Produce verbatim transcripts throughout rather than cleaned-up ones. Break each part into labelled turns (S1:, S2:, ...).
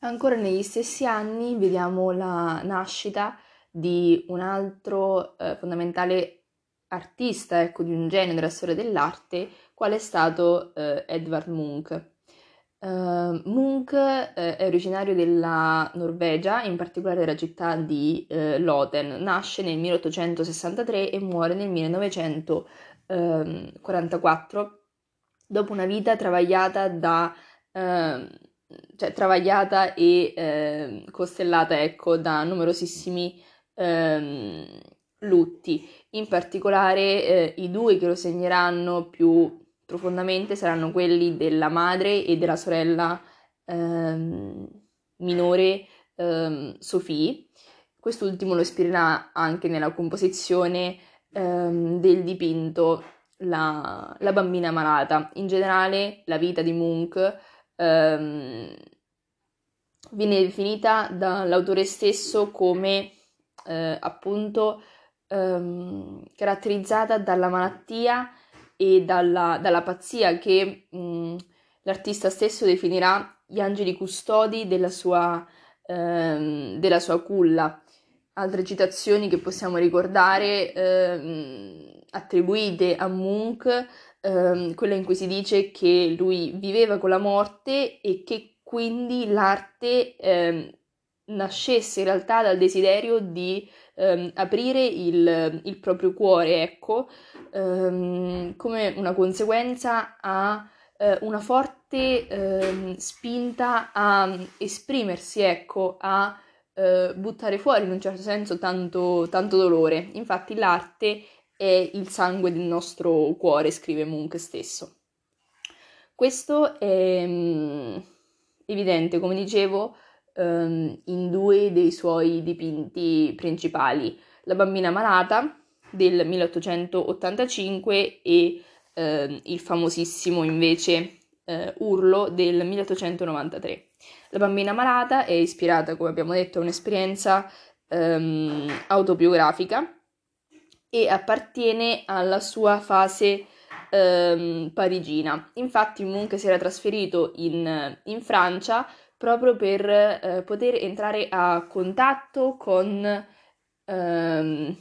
S1: Ancora negli stessi anni vediamo la nascita di un altro eh, fondamentale artista, ecco, di un genio della storia dell'arte, qual è stato eh, Edvard Munch. Uh, Munch eh, è originario della Norvegia, in particolare della città di eh, Loten. Nasce nel milleottocentosessantatré e muore nel millenovecentoquarantaquattro, dopo una vita travagliata da ehm, cioè travagliata e ehm, costellata, ecco, da numerosissimi ehm, lutti. In particolare eh, i due che lo segneranno più profondamente saranno quelli della madre e della sorella ehm, minore ehm, Sophie. Quest'ultimo lo ispirerà anche nella composizione ehm, del dipinto la, la bambina malata. In generale, la vita di Munch ehm, viene definita dall'autore stesso come eh, appunto ehm, caratterizzata dalla malattia e dalla, dalla pazzia che mh, l'artista stesso definirà gli angeli custodi della sua, ehm, della sua culla. Altre citazioni che possiamo ricordare ehm, attribuite a Munch, ehm, quella in cui si dice che lui viveva con la morte e che quindi l'arte ehm, nascesse in realtà dal desiderio di ehm, aprire il, il proprio cuore, ecco, ehm, come una conseguenza a eh, una forte ehm, spinta a esprimersi, ecco, a eh, buttare fuori in un certo senso tanto, tanto dolore. Infatti l'arte è il sangue del nostro cuore, scrive Munch stesso. Questo è mm, evidente, come dicevo, ehm, in due dei suoi dipinti principali, La bambina malata del milleottocentottantacinque e ehm, il famosissimo invece eh, Urlo del milleottocentonovantatré. La bambina malata è ispirata, come abbiamo detto, a un'esperienza ehm, autobiografica e appartiene alla sua fase ehm, parigina. Infatti Munch si era trasferito in, in Francia proprio per eh, poter entrare a contatto con ehm,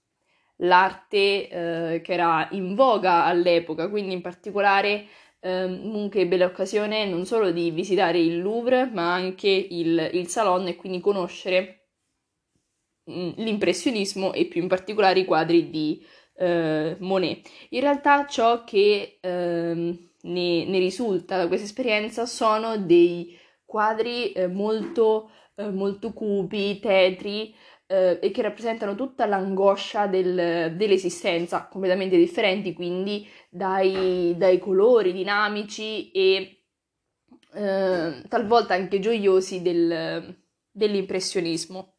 S1: l'arte eh, che era in voga all'epoca, quindi in particolare ehm, Munch ebbe l'occasione non solo di visitare il Louvre, ma anche il, il Salon e quindi conoscere mh, l'impressionismo e più in particolare i quadri di eh, Monet. In realtà ciò che ehm, ne, ne risulta da questa esperienza sono dei quadri eh, molto, eh, molto cupi, tetri, eh, e che rappresentano tutta l'angoscia del- dell'esistenza, completamente differenti quindi dai, dai colori dinamici e eh, talvolta anche gioiosi del- dell'impressionismo.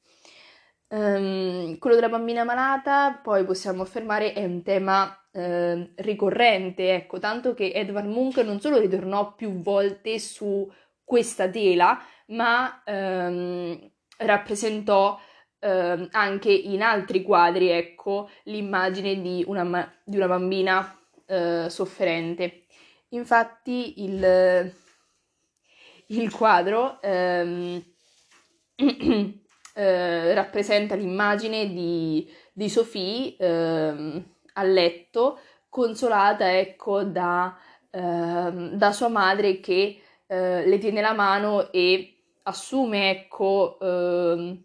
S1: Ehm, quello della bambina malata, poi possiamo affermare, è un tema eh, ricorrente, ecco, tanto che Edvard Munch non solo ritornò più volte su questa tela, ma ehm, rappresentò ehm, anche in altri quadri, ecco, l'immagine di una, ma- di una bambina eh, sofferente. Infatti il, il quadro ehm, eh, rappresenta l'immagine di, di Sophie ehm, a letto, consolata, ecco, da, ehm, da sua madre che eh, le tiene la mano e assume, ecco, ehm,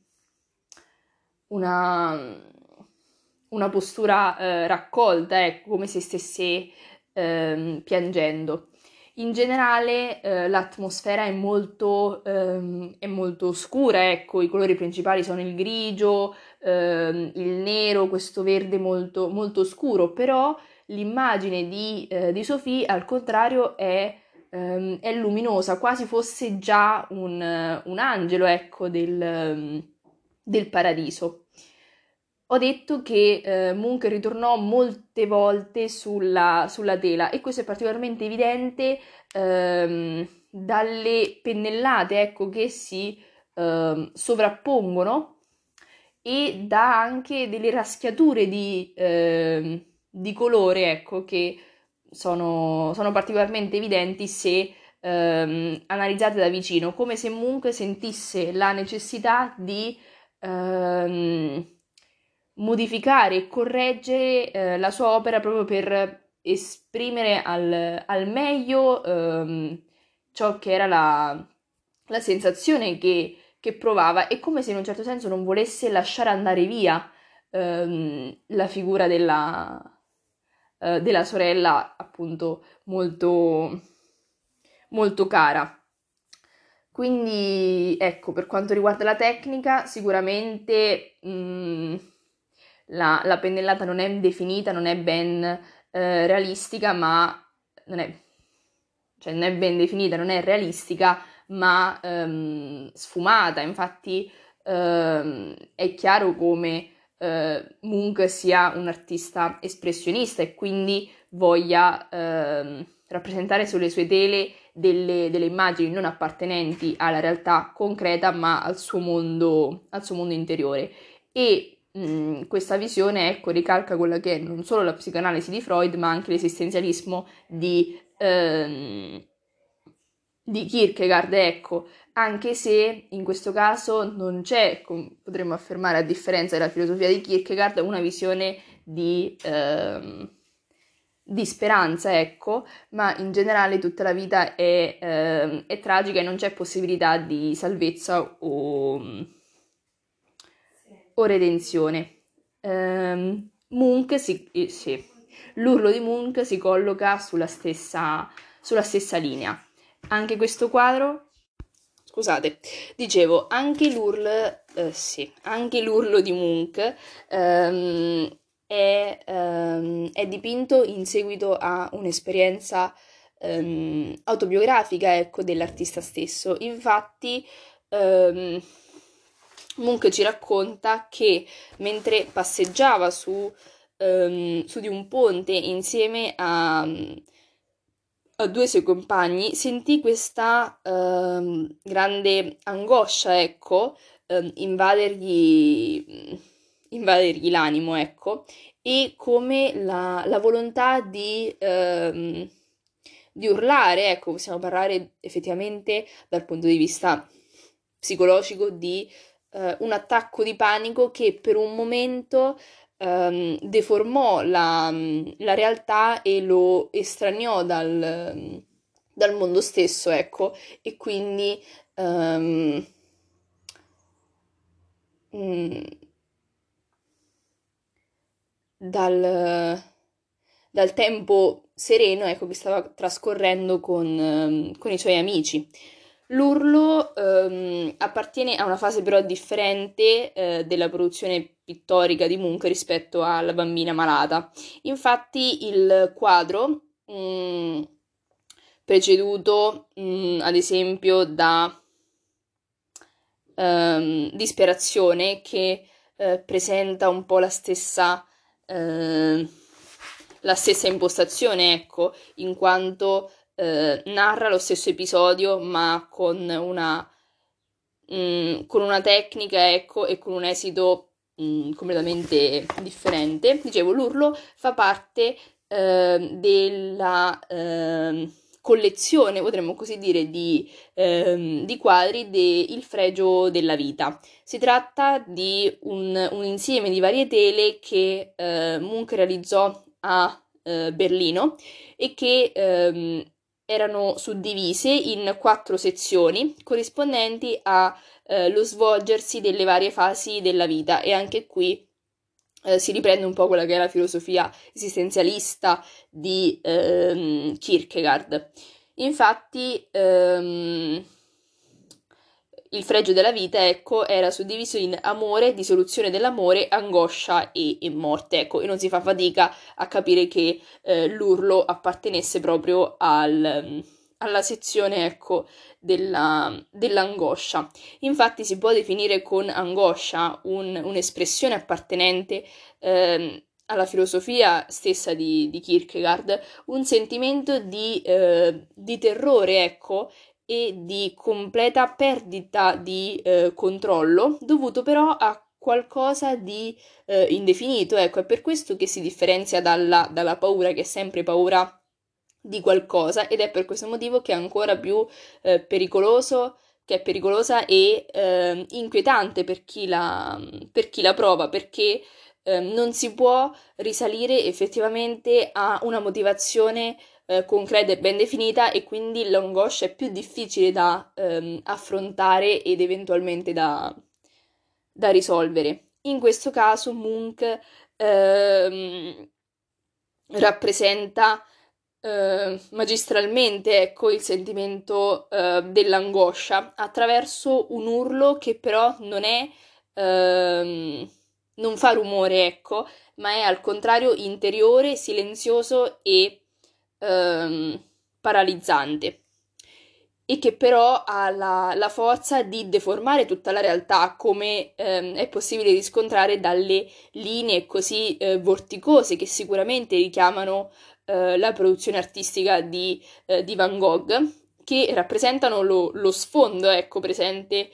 S1: una, una postura eh, raccolta, ecco, come se stesse ehm, piangendo. In generale eh, l'atmosfera è molto, ehm, è molto scura, ecco, i colori principali sono il grigio, ehm, il nero, questo verde molto, molto scuro, però l'immagine di, eh, di Sophie al contrario è, ehm, è luminosa, quasi fosse già un, un angelo, ecco, del, ehm, del paradiso. Ho detto che eh, Munch ritornò molte volte sulla, sulla tela e questo è particolarmente evidente ehm, dalle pennellate, ecco, che si ehm, sovrappongono e da anche delle raschiature di, ehm, di colore, ecco, che sono, sono particolarmente evidenti se ehm, analizzate da vicino, come se Munch sentisse la necessità di ehm, modificare e correggere eh, la sua opera proprio per esprimere al, al meglio ehm, ciò che era la, la sensazione che, che provava, e come se in un certo senso non volesse lasciare andare via ehm, la figura della, eh, della sorella, appunto molto, molto cara. Quindi ecco, per quanto riguarda la tecnica, sicuramente mh, la, la pennellata non è definita, non è ben eh, realistica, ma non è, cioè non è ben definita, non è realistica, ma ehm, sfumata. Infatti ehm, è chiaro come eh, Munch sia un artista espressionista e quindi voglia ehm, rappresentare sulle sue tele delle, delle immagini non appartenenti alla realtà concreta, ma al suo mondo, al suo mondo interiore. E mh, questa visione, ecco, ricalca quella che è non solo la psicoanalisi di Freud, ma anche l'esistenzialismo di, ehm, di Kierkegaard, ecco, anche se in questo caso non c'è, com- potremmo affermare, a differenza della filosofia di Kierkegaard, una visione di, ehm, di speranza, ecco, ma in generale tutta la vita è, ehm, è tragica e non c'è possibilità di salvezza o, o redenzione. Ehm, Munch si, eh, sì, l'urlo di Munch si colloca sulla stessa, sulla stessa linea. Anche questo quadro, scusate, dicevo, anche l'urlo, eh, sì, anche l'urlo di Munch ehm, è, ehm, è dipinto in seguito a un'esperienza ehm, autobiografica, ecco, dell'artista stesso. Infatti, ehm, Munch ci racconta che mentre passeggiava su, ehm, su di un ponte insieme a, a due suoi compagni, sentì questa ehm, grande angoscia, ecco, ehm, invadergli, invadergli l'animo, ecco, e come la, la volontà di, ehm, di urlare, ecco, possiamo parlare effettivamente dal punto di vista psicologico di eh, un attacco di panico che per un momento ehm, deformò la, la realtà e lo estraniò dal, dal mondo stesso, ecco, e quindi ehm, mh, dal, dal tempo sereno, ecco, che stava trascorrendo con, ehm, con i suoi amici. L'urlo ehm, appartiene a una fase però differente eh, della produzione pittorica di Munch rispetto alla bambina malata. Infatti il quadro, mh, preceduto mh, ad esempio da ehm, disperazione, che eh, presenta un po' la stessa, eh, la stessa impostazione, ecco, in quanto eh, narra lo stesso episodio ma con una, mh, con una tecnica, ecco, e con un esito mh, completamente differente. Dicevo, l'urlo fa parte eh, della eh, collezione, potremmo così dire, di, ehm, di quadri de Il fregio della vita. Si tratta di un, un insieme di varie tele che eh, Munch realizzò a eh, Berlino e che ehm, erano suddivise in quattro sezioni corrispondenti a eh, lo svolgersi delle varie fasi della vita, e anche qui eh, si riprende un po' quella che è la filosofia esistenzialista di ehm, Kierkegaard. Infatti, ehm, il fregio della vita, ecco, era suddiviso in amore, dissoluzione dell'amore, angoscia e, e morte, ecco, e non si fa fatica a capire che eh, l'urlo appartenesse proprio al, alla sezione, ecco, della, dell'angoscia. Infatti si può definire con angoscia un, un'espressione appartenente ehm, alla filosofia stessa di, di Kierkegaard, un sentimento di, eh, di terrore, ecco, e di completa perdita di eh, controllo, dovuto però a qualcosa di eh, indefinito. Ecco, è per questo che si differenzia dalla, dalla paura, che è sempre paura di qualcosa, ed è per questo motivo che è ancora più eh, pericoloso, che è pericolosa e eh, inquietante per chi la, per chi la prova, perché eh, non si può risalire effettivamente a una motivazione eh, concreta e ben definita, e quindi l'angoscia è più difficile da ehm, affrontare ed eventualmente da, da risolvere. In questo caso Munch ehm, rappresenta eh, magistralmente, ecco, il sentimento eh, dell'angoscia attraverso un urlo che però non è, ehm, non fa rumore, ecco, ma è al contrario interiore, silenzioso e ehm, paralizzante. E che però ha la, la forza di deformare tutta la realtà, come ehm, è possibile riscontrare dalle linee così eh, vorticose che sicuramente richiamano eh, la produzione artistica di, eh, di Van Gogh, che rappresentano lo, lo sfondo, ecco, presente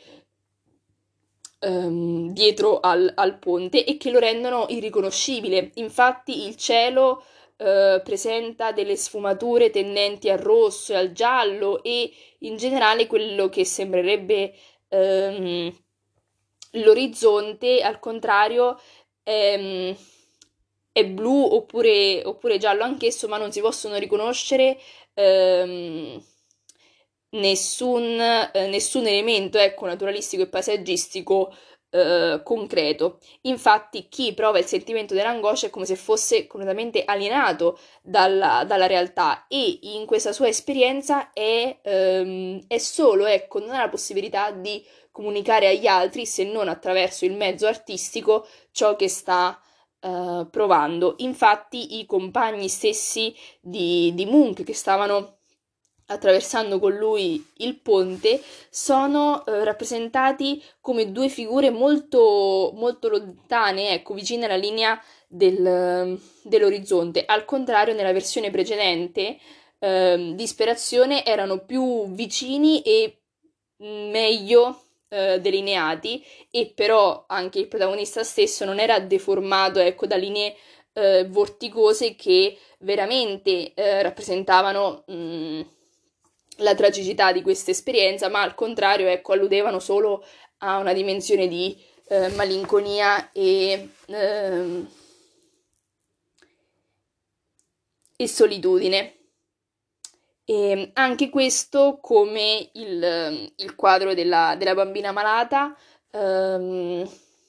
S1: ehm, dietro al, al ponte, e che lo rendono irriconoscibile. Infatti il cielo eh, presenta delle sfumature tendenti al rosso e al giallo, e in generale quello che sembrerebbe ehm, l'orizzonte, al contrario, è, è blu oppure, oppure giallo anch'esso, ma non si possono riconoscere ehm, nessun, eh, nessun elemento, ecco, naturalistico e paesaggistico eh, concreto. Infatti, chi prova il sentimento dell'angoscia è come se fosse completamente alienato dalla, dalla realtà, e in questa sua esperienza è, ehm, è solo, ecco, non ha la possibilità di comunicare agli altri, se non attraverso il mezzo artistico, ciò che sta eh, provando. Infatti, i compagni stessi di, di Munch, che stavano attraversando con lui il ponte, sono eh, rappresentati come due figure molto, molto lontane, ecco, vicine alla linea del, dell'orizzonte. Al contrario, nella versione precedente, ehm, Disperazione erano più vicini e meglio eh, delineati, e però anche il protagonista stesso non era deformato, ecco, da linee eh, vorticose che veramente eh, rappresentavano mh, la tragicità di questa esperienza, ma al contrario, ecco, alludevano solo a una dimensione di eh, malinconia e, ehm, e solitudine. E anche questo, come il, il quadro della, della bambina malata, ehm,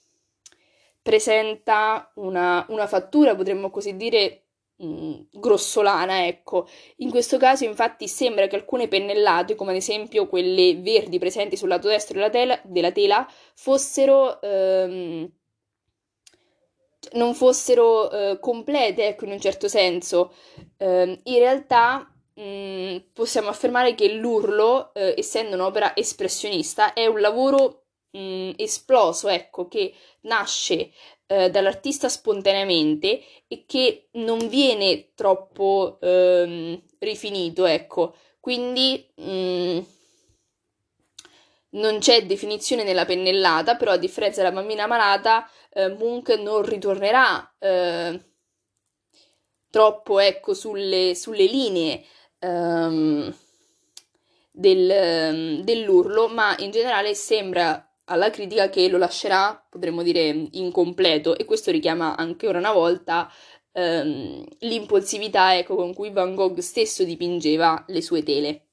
S1: presenta una, una fattura, potremmo così dire, mh, grossolana, ecco. In questo caso, infatti, sembra che alcune pennellate, come ad esempio quelle verdi presenti sul lato destro della tela, della tela fossero, ehm, non fossero eh, complete, ecco, in un certo senso. Ehm, in realtà mh, possiamo affermare che l'urlo, eh, essendo un'opera espressionista, è un lavoro mh, esploso, ecco, che nasce eh, dall'artista spontaneamente e che non viene troppo ehm, rifinito, ecco. Quindi mh, non c'è definizione nella pennellata, però a differenza della bambina malata, eh, Munch non ritornerà eh, troppo, ecco, sulle, sulle linee ehm, del, ehm, dell'urlo, ma in generale sembra alla critica che lo lascerà, potremmo dire, incompleto, e questo richiama ancora una volta ehm, l'impulsività, ecco, con cui Van Gogh stesso dipingeva le sue tele.